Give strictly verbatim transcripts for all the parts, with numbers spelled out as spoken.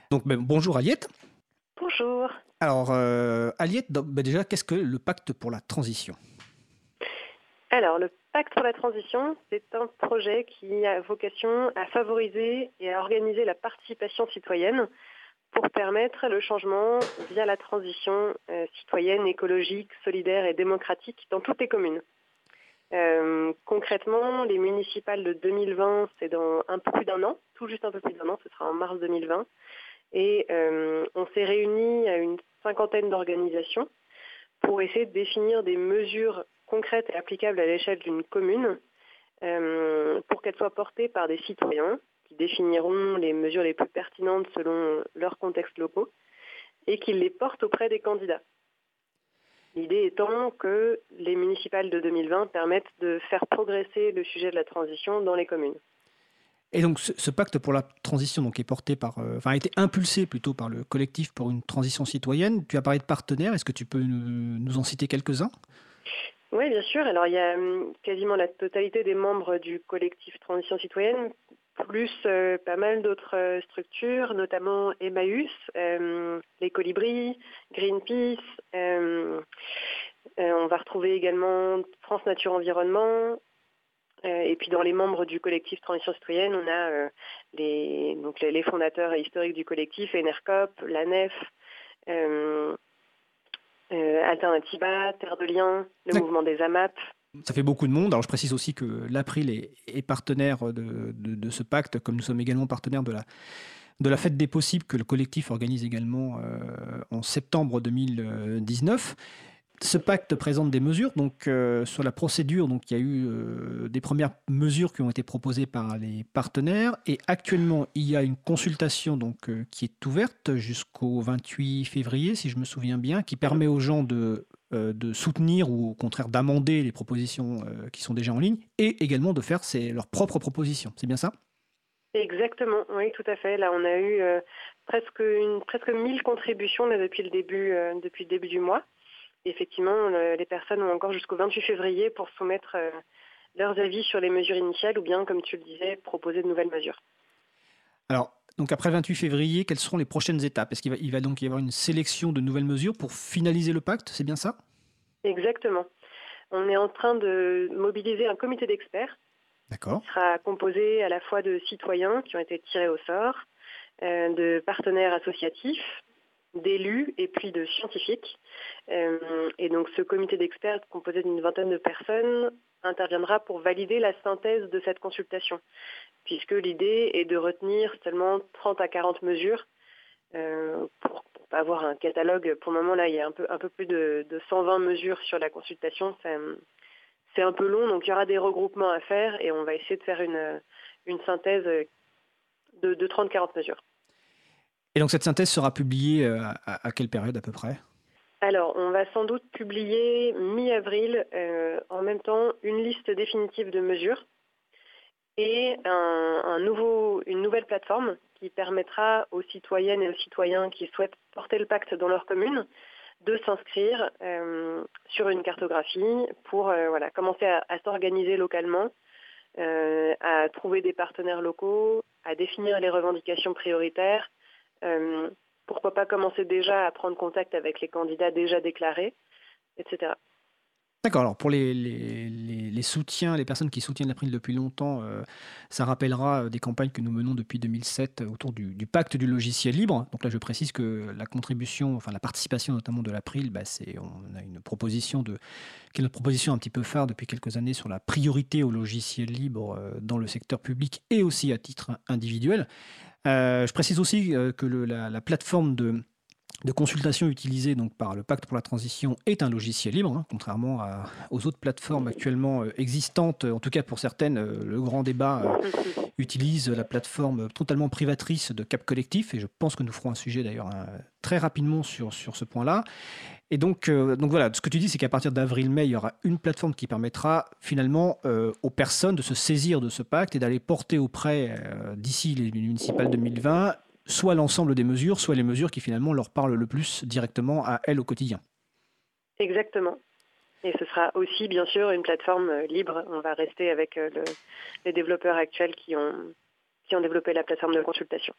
Donc, ben, bonjour Aliette. Bonjour. Alors, euh, Aliette, donc, ben, déjà, qu'est-ce que le pacte pour la transition? Alors, le Pacte pour la transition, c'est un projet qui a vocation à favoriser et à organiser la participation citoyenne pour permettre le changement via la transition euh, citoyenne, écologique, solidaire et démocratique dans toutes les communes. Euh, concrètement, les municipales de deux mille vingt, c'est dans un peu plus d'un an, tout juste un peu plus d'un an, ce sera en mars deux mille vingt. Et euh, on s'est réunis à une cinquantaine d'organisations pour essayer de définir des mesures concrètes et applicables à l'échelle d'une commune euh, pour qu'elles soient portées par des citoyens qui définiront les mesures les plus pertinentes selon leurs contextes locaux et qui les portent auprès des candidats. L'idée étant que les municipales de deux mille vingt permettent de faire progresser le sujet de la transition dans les communes. Et donc, ce, ce pacte pour la transition donc, est porté par, euh, enfin, a été impulsé plutôt par le collectif pour une transition citoyenne. Tu as parlé de partenaires, est-ce que tu peux nous, nous en citer quelques-uns? Oui, bien sûr. Alors, il y a hum, quasiment la totalité des membres du collectif Transition citoyenne, plus euh, pas mal d'autres euh, structures, notamment Emmaüs, euh, les Colibris, Greenpeace. euh, euh, on va retrouver également France Nature Environnement. euh, et puis, dans les membres du collectif Transition citoyenne, on a euh, les, donc les, les fondateurs historiques du collectif, Enercop, la Nef, euh, euh, Alternativa, Terre de Liens, le D'ac- mouvement des A M A P. Ça fait beaucoup de monde. Alors, je précise aussi que l'April est, est partenaire de, de- de ce pacte, comme nous sommes également partenaires de la, de la Fête des Possibles que le collectif organise également euh, en septembre deux mille dix-neuf. Ce pacte présente des mesures. Donc, euh, sur la procédure, donc, il y a eu euh, des premières mesures qui ont été proposées par les partenaires. Et actuellement, il y a une consultation donc, euh, qui est ouverte jusqu'au vingt-huit février, si je me souviens bien, qui permet aux gens de, euh, de soutenir ou au contraire d'amender les propositions euh, qui sont déjà en ligne et également de faire ses- leurs propres propositions. C'est bien ça? Exactement, oui, tout à fait. Là, on a eu euh, presque une, presque mille contributions là, depuis le début, euh, depuis le début du mois. Effectivement, le- les personnes ont encore jusqu'au vingt-huit février pour soumettre euh, leurs avis sur les mesures initiales ou bien, comme tu le disais, proposer de nouvelles mesures. Alors, donc après le vingt-huit février, quelles seront les prochaines étapes? Est-ce qu'il va, il va donc y avoir une sélection de nouvelles mesures pour finaliser le pacte? C'est bien ça? Exactement. On est en train de mobiliser un comité d'experts D'accord. qui sera composé à la fois de citoyens qui ont été tirés au sort, euh, de partenaires associatifs, d'élus et puis de scientifiques. Euh, et donc ce comité d'experts composé d'une vingtaine de personnes interviendra pour valider la synthèse de cette consultation, puisque l'idée est de retenir seulement trente à quarante mesures euh, pour ne pas avoir un catalogue. Pour le moment, là, il y a un peu, un peu plus de, de cent vingt mesures sur la consultation. Ça, c'est un peu long, donc il y aura des regroupements à faire et on va essayer de faire une, une synthèse de, de trente à quarante mesures. Et donc cette synthèse sera publiée euh, à, à quelle période à peu près? Alors, on va sans doute publier mi-avril euh, en même temps une liste définitive de mesures et un, un nouveau, une nouvelle plateforme qui permettra aux citoyennes et aux citoyens qui souhaitent porter le pacte dans leur commune de s'inscrire euh, sur une cartographie pour euh, voilà, commencer à, à s'organiser localement, euh, à trouver des partenaires locaux, à définir les revendications prioritaires. Euh, pourquoi pas commencer déjà à prendre contact avec les candidats déjà déclarés, et cetera. D'accord, alors pour les, les, les- les soutiens, les personnes qui soutiennent l'April depuis longtemps, euh, ça rappellera euh, des campagnes que nous menons depuis deux mille sept autour du, du pacte du logiciel libre. Donc là, je précise que la contribution, enfin la participation notamment de l'April, bah, c'est, on a une proposition de, qui est notre proposition un petit peu phare depuis quelques années sur la priorité au logiciel libre euh, dans le secteur public et aussi à titre individuel. Euh, je précise aussi euh, que le- la, la plateforme de, de consultation utilisée donc, par le Pacte pour la transition est un logiciel libre, hein, contrairement à- aux autres plateformes actuellement euh, existantes. En tout cas, pour certaines, euh, le grand débat euh, utilise la plateforme totalement privatrice de Cap Collectif, et je pense que nous ferons un sujet d'ailleurs hein, très rapidement sur, sur ce point-là. Et donc, euh, donc voilà, ce que tu dis, c'est qu'à partir d'avril-mai, il y aura une plateforme qui permettra finalement euh, aux personnes de se saisir de ce pacte et d'aller porter auprès, euh, d'ici les municipales deux mille vingt, soit l'ensemble des mesures, soit les mesures qui finalement leur parlent le plus directement à elles au quotidien. Exactement. Et ce sera aussi, bien sûr, une plateforme euh, libre. On va rester avec euh, le, les développeurs actuels qui ont, qui ont développé la plateforme de consultation.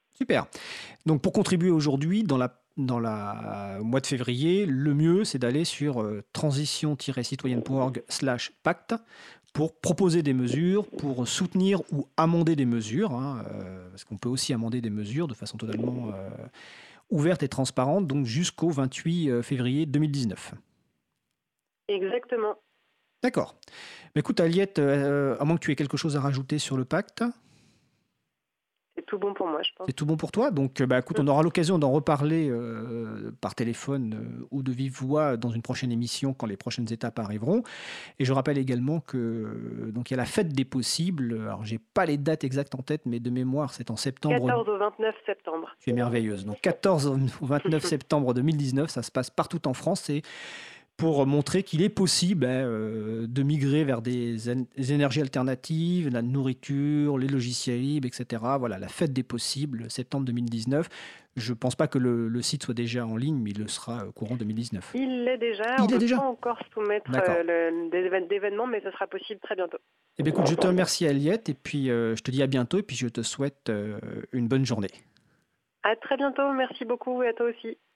Super. Donc pour contribuer aujourd'hui, dans la dans la mois de février, le mieux, c'est d'aller sur euh, transition-citoyenne point org slash pacte pour proposer des mesures, pour soutenir ou amender des mesures, hein, euh, parce qu'on peut aussi amender des mesures de façon totalement euh, ouverte et transparente, donc jusqu'au vingt-huit février deux mille dix-neuf. Exactement. D'accord. Mais écoute, Aliette, euh, à moins que tu aies quelque chose à rajouter sur le pacte, C'est tout bon pour moi, je pense. c'est tout bon pour toi. Donc, euh, bah, écoute, on aura l'occasion d'en reparler euh, par téléphone euh, ou de vive voix dans une prochaine émission quand les prochaines étapes arriveront. Et je rappelle également que euh, donc il y a la fête des possibles. Alors, j'ai pas les dates exactes en tête, mais de mémoire, c'est en septembre. quatorze au vingt-neuf septembre. Tu es merveilleuse. Donc, quatorze au vingt-neuf septembre deux mille dix-neuf, ça se passe partout en France. Et pour montrer qu'il est possible hein, euh, de migrer vers des, en- des énergies alternatives, la nourriture, les logiciels libres, et cetera. Voilà, la fête des possibles, septembre deux mille dix-neuf. Je ne pense pas que le, le site soit déjà en ligne, mais il le sera euh, courant deux mille dix-neuf. Il l'est déjà. Il On est ne peut déjà pas encore soumettre D'accord. euh, le- des évén- d'événements, mais ce sera possible très bientôt. Eh bien, écoute, je te remercie, Aliette, et puis euh, je te dis à bientôt, et puis je te souhaite euh, une bonne journée. À très bientôt. Merci beaucoup et à toi aussi.